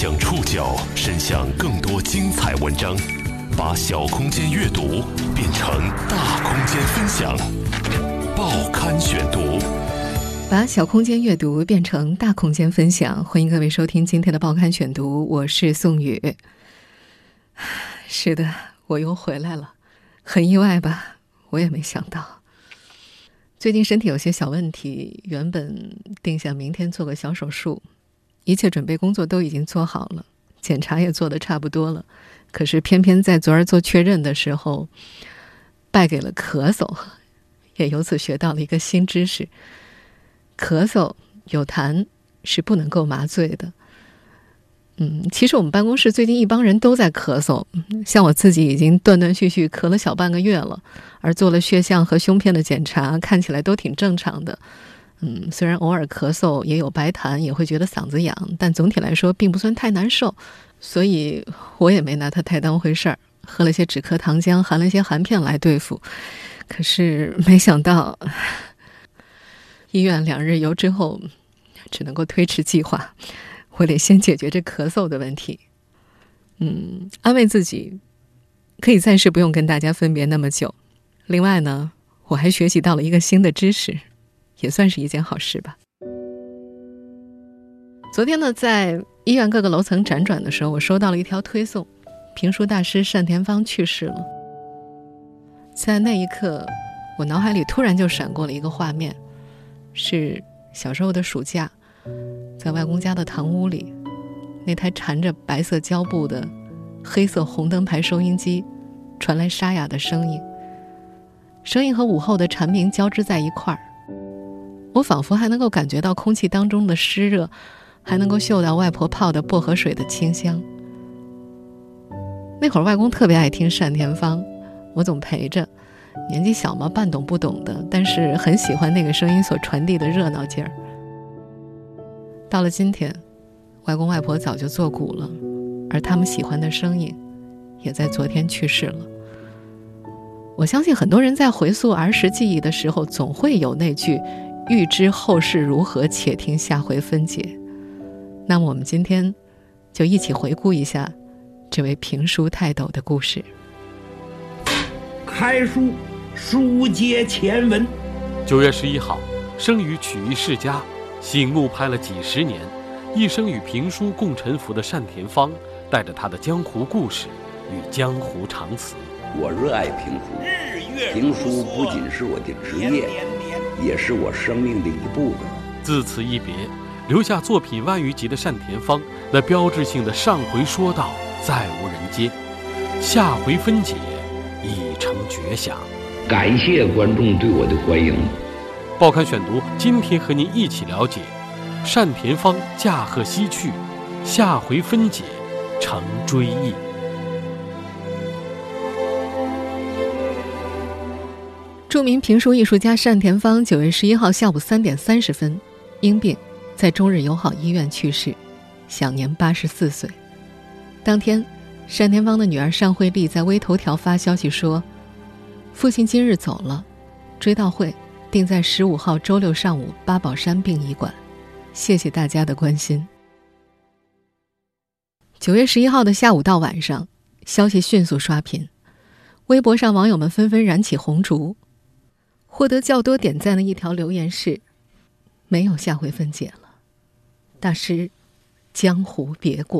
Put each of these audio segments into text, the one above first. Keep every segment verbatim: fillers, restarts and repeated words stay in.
将触角伸向更多精彩文章，把小空间阅读变成大空间分享。报刊选读， 把小空间阅读变成大空间分享。欢迎各位收听今天的报刊选读，我是宋宇。是的，我又回来了，很意外吧？我也没想到。最近身体有些小问题，原本定下明天做个小手术，一切准备工作都已经做好了，检查也做得差不多了，可是偏偏在昨儿做确认的时候败给了咳嗽，也由此学到了一个新知识：咳嗽有痰是不能够麻醉的。嗯，其实我们办公室最近一帮人都在咳嗽，像我自己已经断断续续咳了小半个月了，而做了血象和胸片的检查，看起来都挺正常的。嗯，虽然偶尔咳嗽也有白痰，也会觉得嗓子痒，但总体来说并不算太难受，所以我也没拿它太当回事儿，喝了些止咳糖浆，含了些含片来对付。可是没想到医院两日游之后，只能够推迟计划，我得先解决这咳嗽的问题。嗯，安慰自己可以暂时不用跟大家分别那么久。另外呢，我还学习到了一个新的知识，也算是一件好事吧。昨天呢，在医院各个楼层辗转的时候，我收到了一条推送，评书大师单田芳去世了。在那一刻，我脑海里突然就闪过了一个画面，是小时候的暑假，在外公家的堂屋里，那台缠着白色胶布的黑色红灯牌收音机传来沙哑的声音，声音和午后的蝉鸣交织在一块儿。我仿佛还能够感觉到空气当中的湿热，还能够嗅到外婆泡的薄荷水的清香。那会儿外公特别爱听单田芳，我总陪着，年纪小嘛，半懂不懂的，但是很喜欢那个声音所传递的热闹劲儿。到了今天，外公外婆早就作古了，而他们喜欢的声音也在昨天去世了。我相信很多人在回溯儿时记忆的时候，总会有那句欲知后事如何，且听下回分解。那么我们今天就一起回顾一下这位评书泰斗的故事。 开书，书接前文。 九月十一号，生于曲艺世家，醒目拍了几十年，一生与评书共沉浮的单田芳，带着他的江湖故事与江湖长词。 我热爱评书，评书不仅是我的职业，也是我生命的一部分。 自此一别，留下作品万余集的单田芳，那标志性的上回说道再无人接，下回分解已成绝响。 感谢观众对我的欢迎。 报刊选读今天和您一起了解单田芳驾鹤西去，下回分解成追忆。 著名评书艺术家单田芳九月十一号下午三点三十分因病在中日友好医院去世，享年八十四岁。当天，单田芳的女儿单慧丽在微头条发消息说，父亲今日走了，追悼会定在十五号周六上午八宝山殡仪馆，谢谢大家的关心。九月十一号的下午到晚上，消息迅速刷屏，微博上网友们纷纷燃起红烛。获得较多点赞的一条留言是：没有下回分解了，大师江湖别过。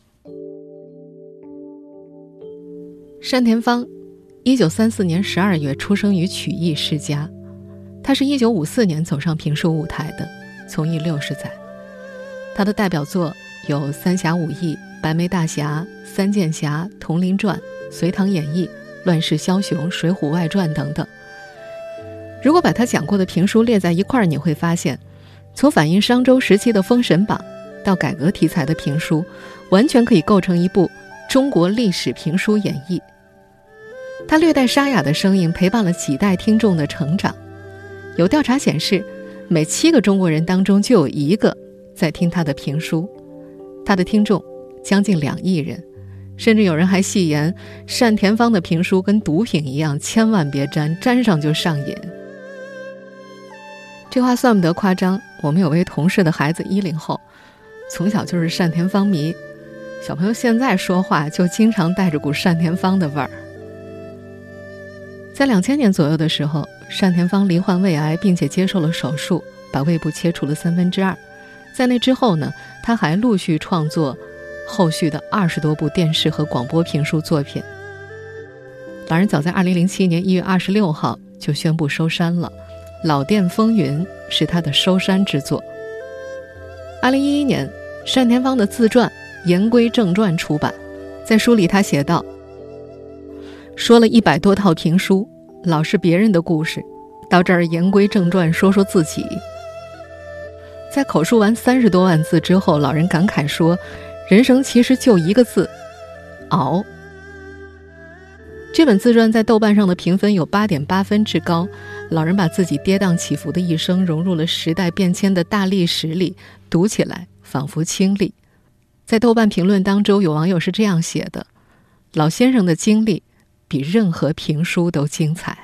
单田芳一九三四年十二月出生于曲艺世家，他是一九五四年走上评书舞台的，从艺六十载。他的代表作有《三侠五义》《白眉大侠》《三剑侠》《铜陵传》《隋唐演义》《乱世枭雄》《水浒外传》等等。如果把他讲过的评书列在一块儿，你会发现，从反映商周时期的《封神榜》到改革题材的评书，完全可以构成一部中国历史评书演义。他略带沙哑的声音陪伴了几代听众的成长。有调查显示，每七个中国人当中就有一个在听他的评书。他的听众将近两亿人，甚至有人还戏言单田芳的评书跟毒品一样，千万别沾，沾上就上瘾。这话算不得夸张，我们有位同事的孩子一零后，从小就是单田芳迷， 小朋友现在说话就经常带着股单田芳的味儿。在两千年左右的时候，单田芳罹患胃癌，并且接受了手术，把胃部切除了三分之二。在那之后呢，他还陆续创作后续的二十多部电视和广播评书作品。老人早在二零零七年一月二十六号就宣布收山了，《老店风云》是他的收山之作。二零一一年，单田芳的自传《言归正传》出版，在书里他写道：说了一百多套评书，老是别人的故事，到这儿言归正传，说说自己。在口述完三十多万字之后，老人感慨说，人生其实就一个字，熬。这本自传在豆瓣上的评分有 八点八 分之高，老人把自己跌宕起伏的一生融入了时代变迁的大历史里，读起来仿佛亲历。在豆瓣评论当中，有网友是这样写的：老先生的经历比任何评书都精彩。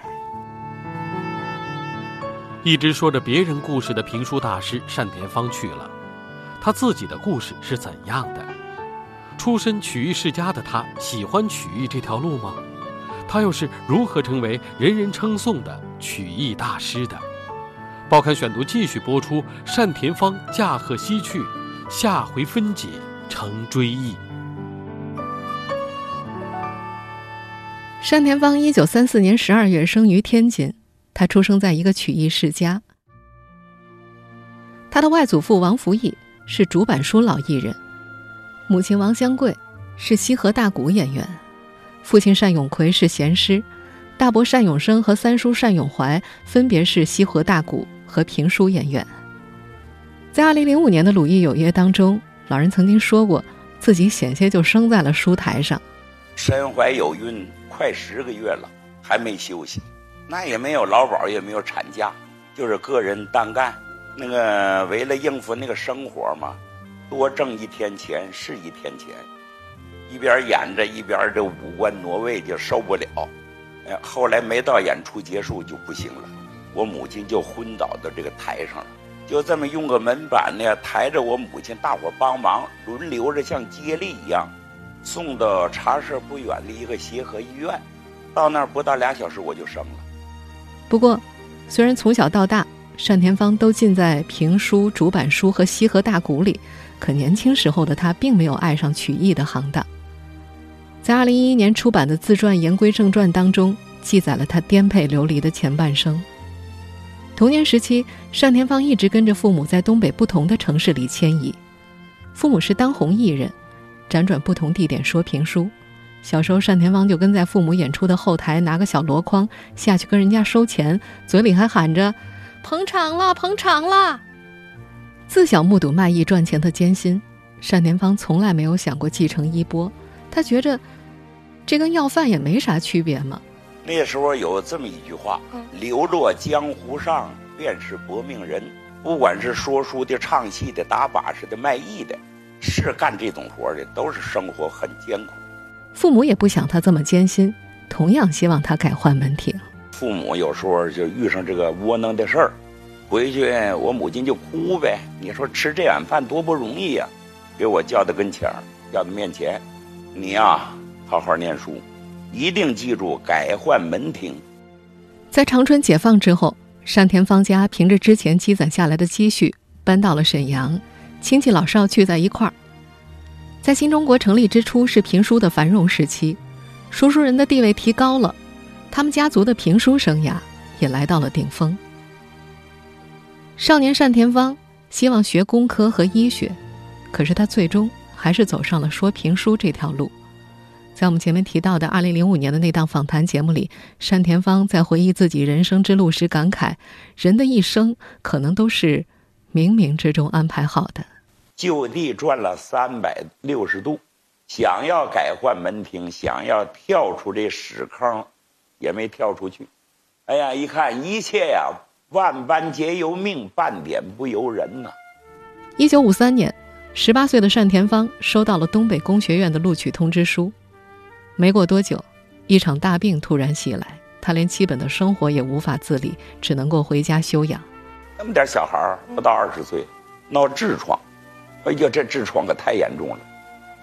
一直说着别人故事的评书大师单田芳去了，他自己的故事是怎样的？出身曲艺世家的他，喜欢曲艺这条路吗？他又是如何成为人人称颂的曲艺大师的？报刊选读继续播出单田芳驾鹤西去，下回分解成追忆。 单田芳一九三四年十二月生于天津，他出生在一个曲艺世家。他的外祖父王福义是竹板书老艺人，母亲王香桂是西河大鼓演员，父亲单永奎是弦师，大伯单永生和三叔单永怀分别是西河大鼓和评书演员。在二零零五年的鲁艺有约当中，老人曾经说过，自己险些就生在了书台上。 身怀有孕快十个月了，还没休息，那也没有劳保，也没有产假，就是个人单干。那个为了应付那个生活嘛，多挣一天钱是一天钱，一边演着一边这五官挪位就受不了。呃，后来没到演出结束就不行了，我母亲就昏倒到这个台上了，就这么用个门板呢抬着我母亲，大伙帮忙轮流着像接力一样送到茶社不远的一个协和医院。到那儿不到俩小时我就生了。 不过虽然从小到大单田芳都浸在评书、竹板书和西河大鼓里，可年轻时候的他并没有爱上曲艺的行当。在二零一一年出版的自传《言归正传》当中，记载了他颠沛流离的前半生。童年时期，单田芳一直跟着父母在东北不同的城市里迁移。父母是当红艺人，辗转不同地点说评书。小时候单田芳就跟在父母演出的后台，拿个小箩筐下去跟人家收钱，嘴里还喊着捧场了捧场了。自小目睹卖艺赚钱的艰辛，单田芳从来没有想过继承衣钵。他觉着这跟要饭也没啥区别嘛。 那时候有这么一句话，流落江湖上便是薄命人。不管是说书的、唱戏的、打把式的、卖艺的，是干这种活的，都是生活很艰苦。 父母也不想他这么艰辛，同样希望他改换门庭。 父母有时候就遇上这个窝囊的事儿，回去我母亲就哭呗。你说吃这碗饭多不容易呀、啊，给我叫到跟前儿，叫到面前，你呀、啊、好好念书，一定记住改换门庭。 在长春解放之后，单田芳家凭着之前积攒下来的积蓄搬到了沈阳，亲戚老少聚在一块儿。在新中国成立之初，是评书的繁荣时期，说书人的地位提高了，他们家族的评书生涯也来到了顶峰。少年单田芳希望学工科和医学，可是他最终还是走上了说评书这条路。在我们前面提到的二零零五年的那档访谈节目里，单田芳在回忆自己人生之路时感慨，人的一生可能都是冥冥之中安排好的。 就地转了三百六十度，想要改换门庭，想要跳出这屎坑，也没跳出去。哎呀，一看一切呀，万般皆由命，半点不由人呐、啊。 一九五三年，十八岁的单田芳收到了东北工学院的录取通知书。没过多久，一场大病突然袭来，他连基本的生活也无法自理，只能够回家休养。 那么点小孩不到二十岁，闹痔疮。哎呀，这痔疮可太严重了，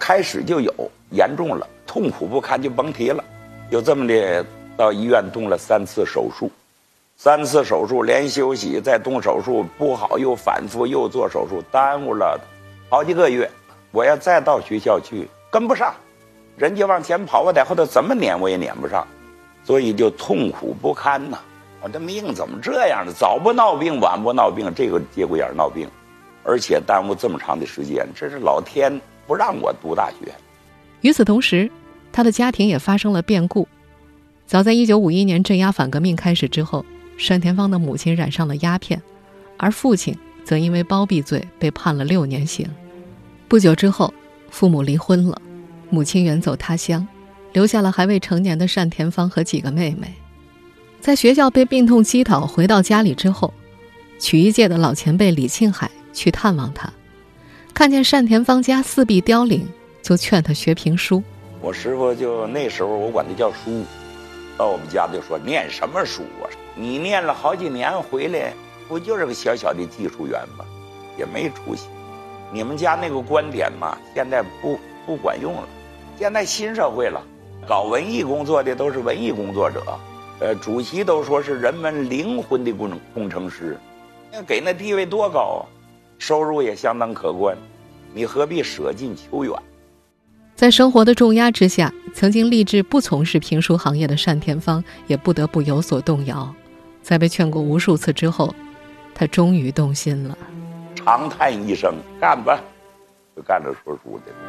开始就有，严重了，痛苦不堪就甭提了。就这么的到医院动了三次手术，三次手术连休息再动手术，不好又反复又做手术，耽误了好几个月。我要再到学校去跟不上，人家往前跑，我在后头怎么撵我也撵不上，所以就痛苦不堪呐、啊。我这命怎么这样的？早不闹病，晚不闹病，这个节骨眼闹病，而且耽误这么长的时间，这是老天不让我读大学。 与此同时，他的家庭也发生了变故。早在一九五一年镇压反革命开始之后，单田芳的母亲染上了鸦片，而父亲则因为包庇罪被判了六年刑。不久之后，父母离婚了，母亲远走他乡，留下了还未成年的单田芳和几个妹妹。在学校被病痛击倒，回到家里之后，曲艺界的老前辈李庆海去探望他，看见单田芳家四壁凋零，就劝他学评书。 我师傅就那时候我管他叫书，到我们家就说念什么书啊？你念了好几年回来，不就是个小小的技术员吗？也没出息。你们家那个观点嘛，现在不不管用了。现在新社会了，搞文艺工作的都是文艺工作者，呃，主席都说是人们灵魂的工工程师，那给那地位多高啊，收入也相当可观，你何必舍近求远？ 在生活的重压之下，曾经立志不从事评书行业的单田芳也不得不有所动摇。在被劝过无数次之后，他终于动心了， 长叹一声，干吧，就干着说书的。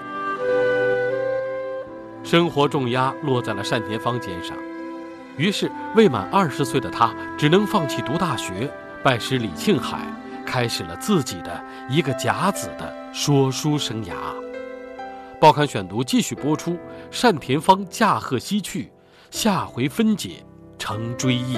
生活重压落在了单田芳肩上，于是未满二十岁的他只能放弃读大学，拜师李庆海，开始了自己的一个甲子的说书生涯。报刊选读继续播出，单田芳驾鹤西去，下回分解成追忆。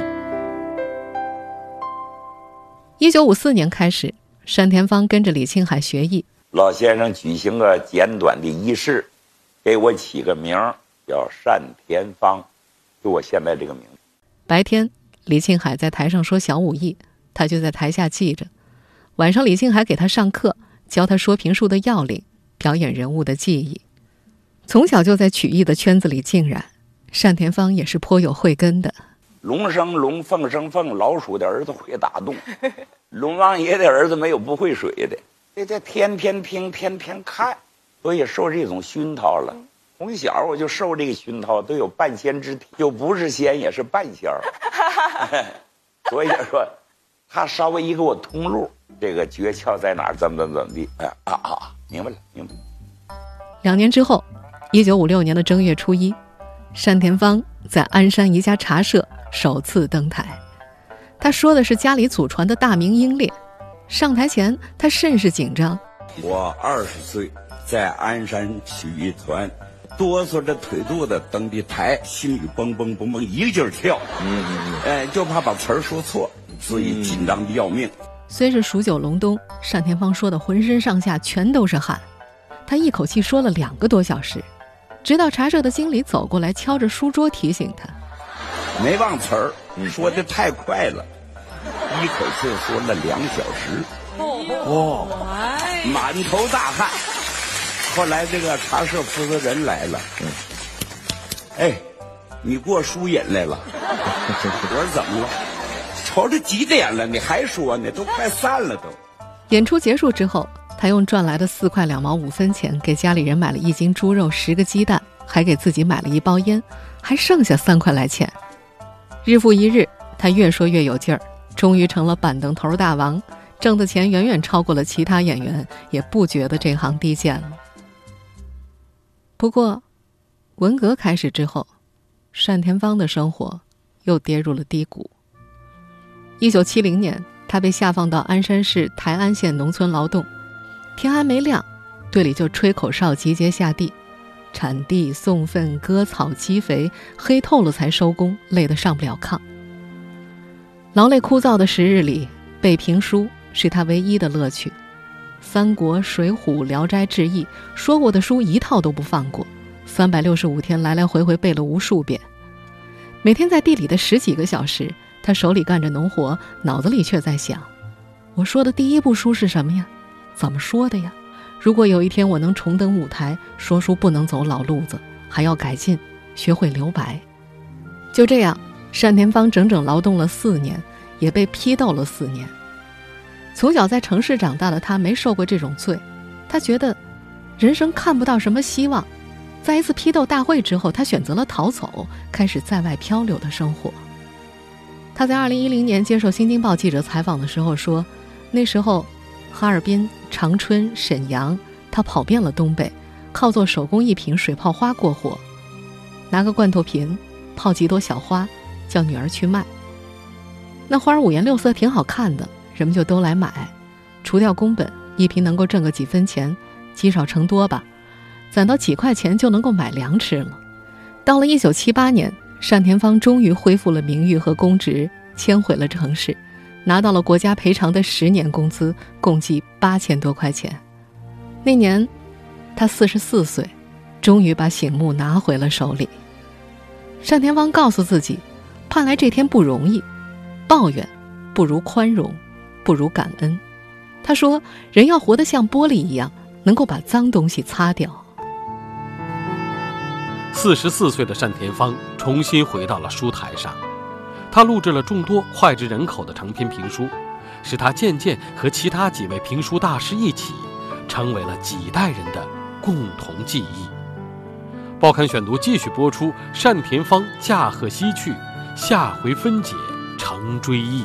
一九五四年开始，单田芳跟着李庆海学艺。 老先生举行个简短的仪式，给我起个名叫单田芳，就我现在这个名字。 白天，李庆海在台上说小武艺，他就在台下记着。晚上，李庆海给他上课，教他说评书的要领，表演人物的技艺。从小就在曲艺的圈子里浸染，单田芳也是颇有慧根的。 龙生龙，凤生凤，老鼠的儿子会打洞，龙王爷的儿子没有不会水的。这这天天听，天天看，所以受这种熏陶了。从小我就受这个熏陶，都有半仙之体，就不是仙也是半仙儿。所以说，他稍微一给我通路，这个诀窍在哪儿，怎么怎么怎么地，哎啊啊，明白了，明白了。 两年之后，一九五六年的正月初一，单田芳在鞍山一家茶社首次登台。他说的是家里祖传的大名英烈。上台前，他甚是紧张。 我二十岁，在鞍山曲艺团，哆嗦着腿肚子登的台，心里蹦蹦蹦蹦一个劲儿跳，嗯嗯，哎，就怕把词儿说错，所以紧张的要命。 虽是数九隆冬，单田芳说的浑身上下全都是汗。他一口气说了两个多小时，直到茶社的经理走过来，敲着书桌提醒他， 没忘词儿，说的太快了，一口气说了两小时，哦，满头大汗。后来这个茶社负责人来了，嗯，哎，你给我输赢来了。我说怎么了？瞅着几点了，你还说呢？都快散了都。 演出结束之后，他用赚来的四块两毛五分钱给家里人买了一斤猪肉、十个鸡蛋，还给自己买了一包烟，还剩下三块来钱。日复一日，他越说越有劲儿，终于成了板凳头大王，挣的钱远远超过了其他演员，也不觉得这行低贱了。不过，文革开始之后，单田芳的生活又跌入了低谷。一九七零年，他被下放到鞍山市台安县农村劳动。天还没亮，队里就吹口哨集结下地，铲地、送粪、割草、积肥，黑透了才收工，累得上不了炕。劳累枯燥的时日里，背评书是他唯一的乐趣。三国、水浒、聊斋志异，说过的书一套都不放过，三百六十五天来来回回背了无数遍。每天在地里的十几个小时，他手里干着农活，脑子里却在想，我说的第一部书是什么呀？怎么说的呀？ 如果有一天我能重登舞台，说书不能走老路子，还要改进，学会留白。就这样，单田芳整整劳动了四年，也被批斗了四年。从小在城市长大的他没受过这种罪，他觉得人生看不到什么希望。在一次批斗大会之后，他选择了逃走，开始在外漂流的生活。他在二零一零年接受《新京报》记者采访的时候说，那时候哈尔滨、长春、沈阳，他跑遍了东北，靠做手工艺品水泡花过活，拿个罐头瓶泡几朵小花，叫女儿去卖。那花儿五颜六色，挺好看的，人们就都来买。除掉工本，一瓶能够挣个几分钱，积少成多吧，攒到几块钱就能够买粮吃了。到了一九七八年，单田芳终于恢复了名誉和公职，迁回了城市，拿到了国家赔偿的十年工资，共计八千多块钱。那年他四十四岁，终于把醒目拿回了手里。单田芳告诉自己，盼来这天不容易，抱怨不如宽容，不如感恩。他说，人要活得像玻璃一样，能够把脏东西擦掉。 四十四岁的单田芳重新回到了书台上，他录制了众多脍炙人口的长篇评书，使他渐渐和其他几位评书大师一起，成为了几代人的共同记忆。报刊选读继续播出单田芳驾鹤西去，下回分解成追忆。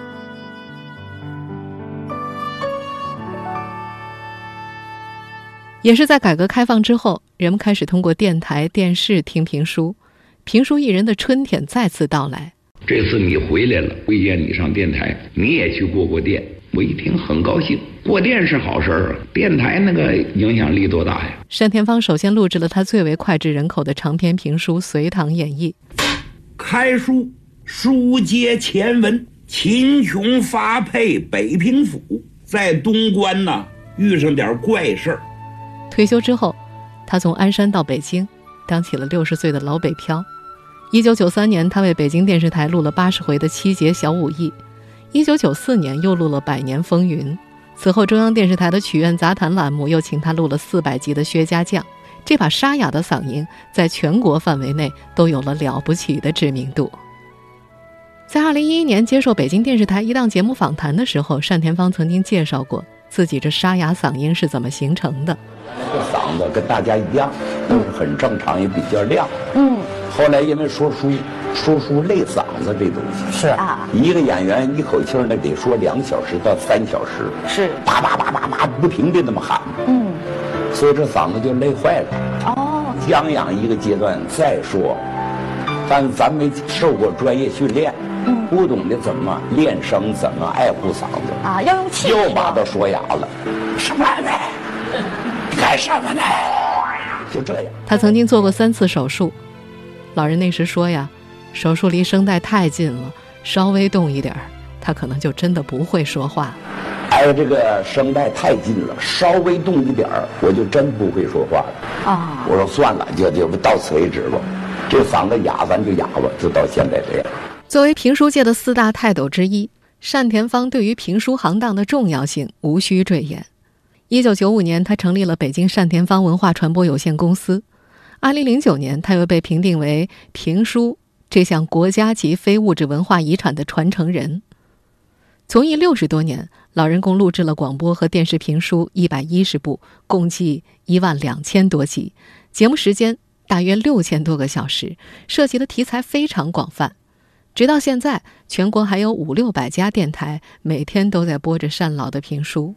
也是在改革开放之后，人们开始通过电台、电视听评书，评书艺人的春天再次到来。 这次你回来了，推荐你上电台，你也去过过电。我一听很高兴，过电是好事儿，电台那个影响力多大呀！ 单田芳首先录制了他最为脍炙人口的长篇评书《隋唐演义》。 开书，书接前文，秦琼发配北平府，在东关呢遇上点怪事儿。 退休之后，他从鞍山到北京，当起了六十岁的老北漂。一九九三年，他为北京电视台录了八十回的七节小武艺。一九九四年，又录了《百年风云》。此后，中央电视台的曲苑杂谈栏目又请他录了四百集的《薛家将》。这把沙哑的嗓音，在全国范围内都有了了不起的知名度。在二零一一年接受北京电视台一档节目访谈的时候，单田芳曾经介绍过自己这沙哑嗓音是怎么形成的。 这嗓子跟大家一样，都是很正常，也比较亮。嗯。后来因为说书，说书累嗓子这东西是啊， 一个演员一口气儿那得说两小时到三小时， 是叭叭叭叭叭不停地那么喊。 嗯。 所以这嗓子就累坏了。 哦。 将养一个阶段再说，但咱没受过专业训练。嗯，不懂得怎么练声，怎么爱护嗓子啊，要用气， 又把它说哑了。什么呢？干什么呢？就这样。 他曾经做过三次手术，老人那时说呀，手术离声带太近了，稍微动一点，他可能就真的不会说话。 哎，这个声带太近了，稍微动一点，我就真不会说话了。啊，我说算了，就就到此为止吧。这嗓子哑，咱就哑吧，就到现在这样。 作为评书界的四大泰斗之一，单田芳对于评书行当的重要性无需赘言。一九九五年，他成立了北京单田芳文化传播有限公司。二零零九年，他又被评定为评书这项国家级非物质文化遗产的传承人。从艺六十多年，老人共录制了广播和电视评书一百一十部，共计一万两千多集，节目时间大约六千多个小时，涉及的题材非常广泛。直到现在，全国还有五六百家电台每天都在播着单老的评书。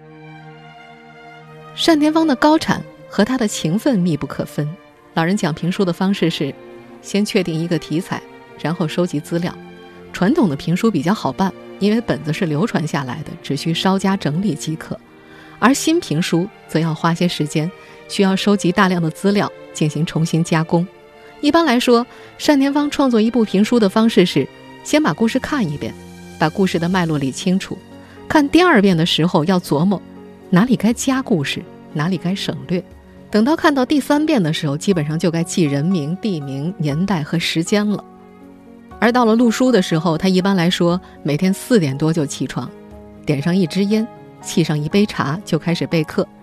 单田芳的高产和他的勤奋密不可分。老人讲评书的方式是先确定一个题材，然后收集资料。传统的评书比较好办，因为本子是流传下来的，只需稍加整理即可。而新评书则要花些时间，需要收集大量的资料进行重新加工。一般来说，单田芳创作一部评书的方式是先把故事看一遍，把故事的脉络理清楚。看第二遍的时候要琢磨哪里该加故事，哪里该省略。等到看到第三遍的时候，基本上就该记人名、地名、年代和时间了。而到了录书的时候，他一般来说每天四点多就起床，点上一支烟，沏上一杯茶，就开始备课。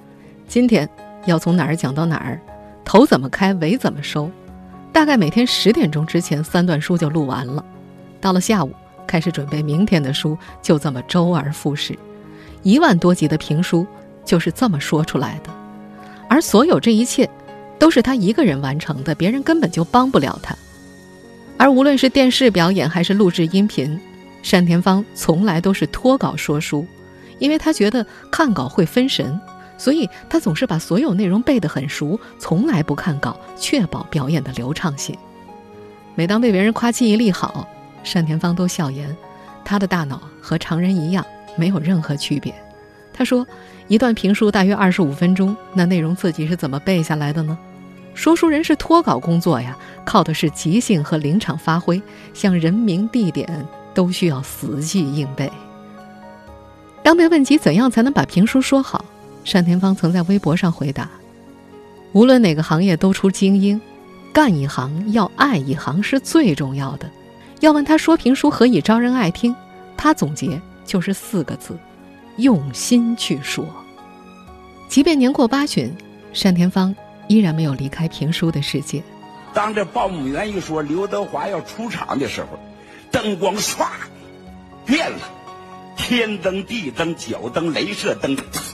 今天要从哪儿讲到哪儿，头怎么开，尾怎么收。大概每天十点钟之前，三段书就录完了。到了下午，开始准备明天的书，就这么周而复始。一万多集的评书就是这么说出来的。而所有这一切都是他一个人完成的，别人根本就帮不了他。而无论是电视表演还是录制音频，单田芳从来都是脱稿说书，因为他觉得看稿会分神，所以他总是把所有内容背得很熟，从来不看稿，确保表演的流畅性。每当被别人夸记忆力好，单田芳都笑言，他的大脑和常人一样，没有任何区别。他说，一段评书大约二十五分钟，那内容自己是怎么背下来的呢？说书人是脱稿工作呀，靠的是即兴和临场发挥，像人名地点都需要死记硬背。当被问及怎样才能把评书说好，单田芳曾在微博上回答，无论哪个行业都出精英，干一行要爱一行是最重要的。要问他说评书何以招人爱听，他总结就是四个字，用心去说。即便年过八旬，单田芳依然没有离开评书的世界。 当这报幕员一说刘德华要出场的时候，灯光唰变了，天灯地灯脚灯镭射灯。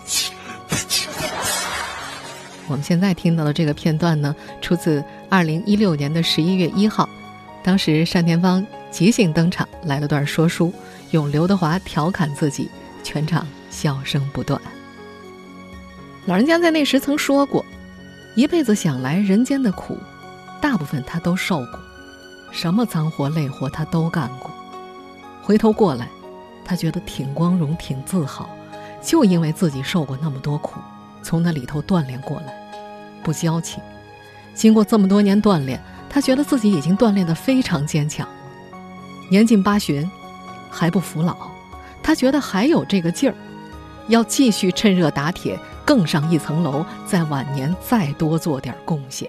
我们现在听到的这个片段呢，出自二零一六年的十一月一号，当时单田芳即兴登场，来了段说书，用刘德华调侃自己，全场笑声不断。老人家在那时曾说过，一辈子想来人间的苦，大部分他都受过，什么脏活累活他都干过。回头过来，他觉得挺光荣挺自豪，就因为自己受过那么多苦，从那里头锻炼过来，不娇气。经过这么多年锻炼，他觉得自己已经锻炼得非常坚强。年近八旬还不服老，他觉得还有这个劲儿，要继续趁热打铁，更上一层楼，在晚年再多做点贡献。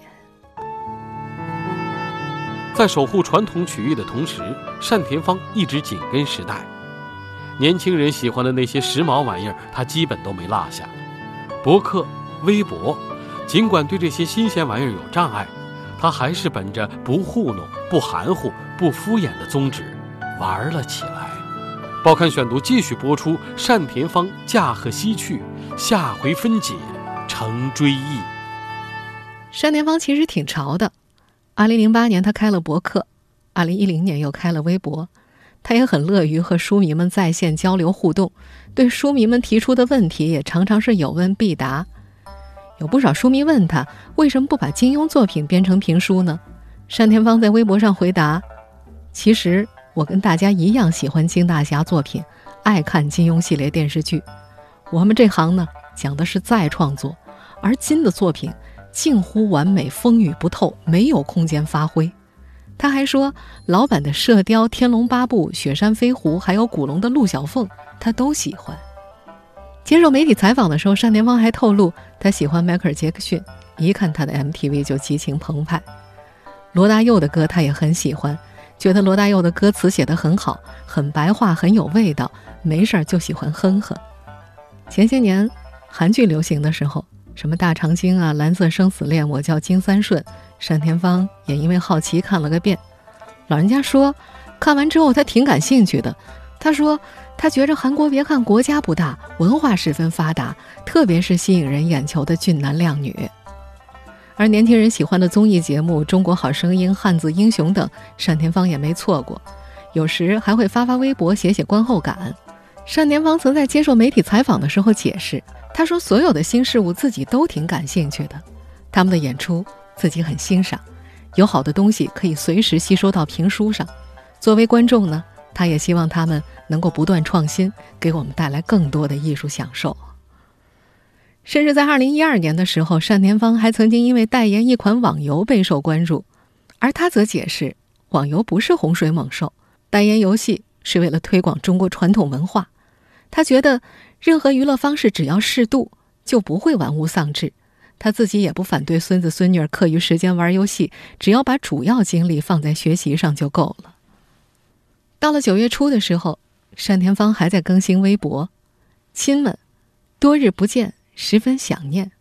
在守护传统曲艺的同时，单田芳一直紧跟时代。年轻人喜欢的那些时髦玩意儿，他基本都没落下。博客、微博，尽管对这些新鲜玩意儿有障碍，他还是本着不糊弄、不含糊、不敷衍的宗旨玩了起来。报刊选读继续播出单田芳驾鹤西去，下回分解成追忆。 单田芳其实挺潮的，二零零八年他开了博客，二零一零年又开了微博。他也很乐于和书迷们在线交流互动，对书迷们提出的问题也常常是有问必答。有不少书迷问他，为什么不把金庸作品编成评书呢？单田芳在微博上回答，其实我跟大家一样喜欢金大侠作品，爱看金庸系列电视剧。我们这行呢，讲的是再创作，而金的作品近乎完美，风雨不透，没有空间发挥。他还说，老版的《射雕》《天龙八部》《雪山飞狐》还有古龙的陆小凤，他都喜欢。接受媒体采访的时候，单田芳还透露，他喜欢迈克尔·杰克逊，一看他的 M T V 就激情澎湃。罗大佑的歌他也很喜欢，觉得罗大佑的歌词写得很好，很白话，很有味道，没事儿就喜欢哼哼。前些年韩剧流行的时候，什么大长今啊、蓝色生死恋、我叫金三顺，单田芳也因为好奇看了个遍。老人家说，看完之后他挺感兴趣的。他说，他觉着韩国别看国家不大，文化十分发达，特别是吸引人眼球的俊男靓女。而年轻人喜欢的综艺节目《中国好声音》《汉字英雄》等，单田芳也没错过，有时还会发发微博，写写观后感。单田芳曾在接受媒体采访的时候解释，他说所有的新事物自己都挺感兴趣的，他们的演出自己很欣赏，有好的东西可以随时吸收到评书上。作为观众呢，他也希望他们能够不断创新，给我们带来更多的艺术享受。甚至在二零一二年的时候，单田芳还曾经因为代言一款网游备受关注，而他则解释，网游不是洪水猛兽，代言游戏是为了推广中国传统文化。他觉得任何娱乐方式只要适度，就不会玩物丧志。他自己也不反对孙子孙女课余时间玩游戏，只要把主要精力放在学习上就够了。到了九月初的时候，单田芳还在更新微博，亲们，多日不见，十分想念，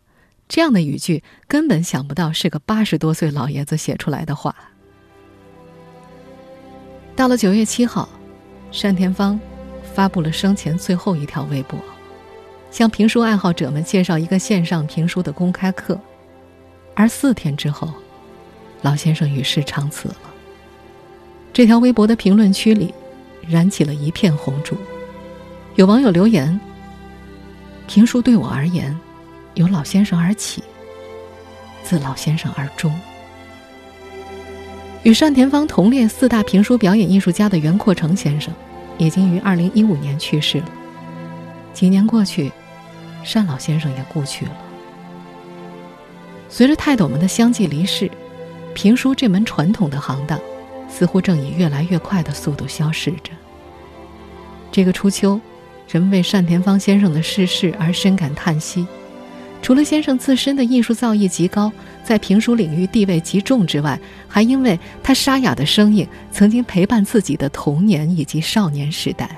这样的语句根本想不到是个八十多岁老爷子写出来的话。到了九月七号，单田芳发布了生前最后一条微博，向评书爱好者们介绍一个线上评书的公开课。而四天之后，老先生与世长辞了。这条微博的评论区里燃起了一片红烛，有网友留言：评书对我而言，由老先生而起，自老先生而终。与单田芳同列四大评书表演艺术家的袁阔成先生已经于二零一五年去世了。几年过去，单老先生也故去了。随着泰斗们的相继离世，评书这门传统的行当似乎正以越来越快的速度消逝着。这个初秋，人们为单田芳先生的逝世而深感叹息。除了先生自身的艺术造诣极高，在评书领域地位极重之外，还因为他沙哑的声音曾经陪伴自己的童年以及少年时代。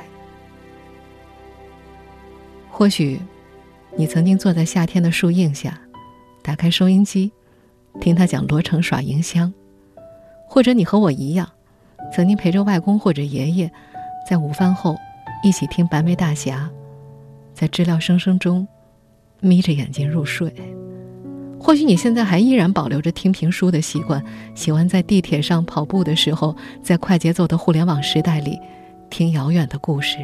或许你曾经坐在夏天的树荫下，打开收音机听他讲罗成耍银香，或者你和我一样，曾经陪着外公或者爷爷在午饭后一起听白眉大侠，在知了声声中眯着眼睛入睡。或许你现在还依然保留着听评书的习惯，喜欢在地铁上跑步的时候，在快节奏的互联网时代里听遥远的故事。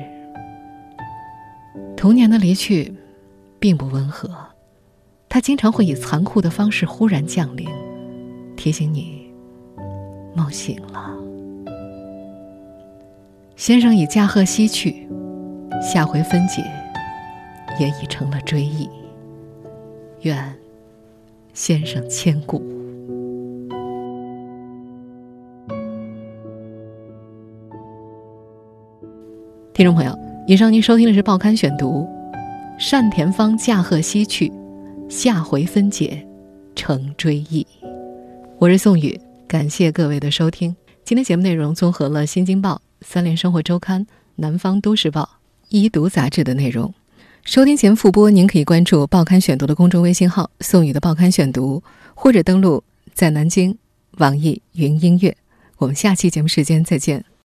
童年的离去并不温和，它经常会以残酷的方式忽然降临，提醒你梦醒了。先生已驾鹤西去，下回分解也已成了追忆，愿先生千古。听众朋友，以上您收听的是报刊选读，单田芳驾鹤西去，下回分解成追忆。我是宋宇，感谢各位的收听。今天节目内容综合了《新京报》、三联生活周刊、南方都市报、一读杂志的内容。收听前复播，您可以关注报刊选读的公众微信号宋宇的报刊选读，或者登录在南京网易云音乐。我们下期节目时间再见。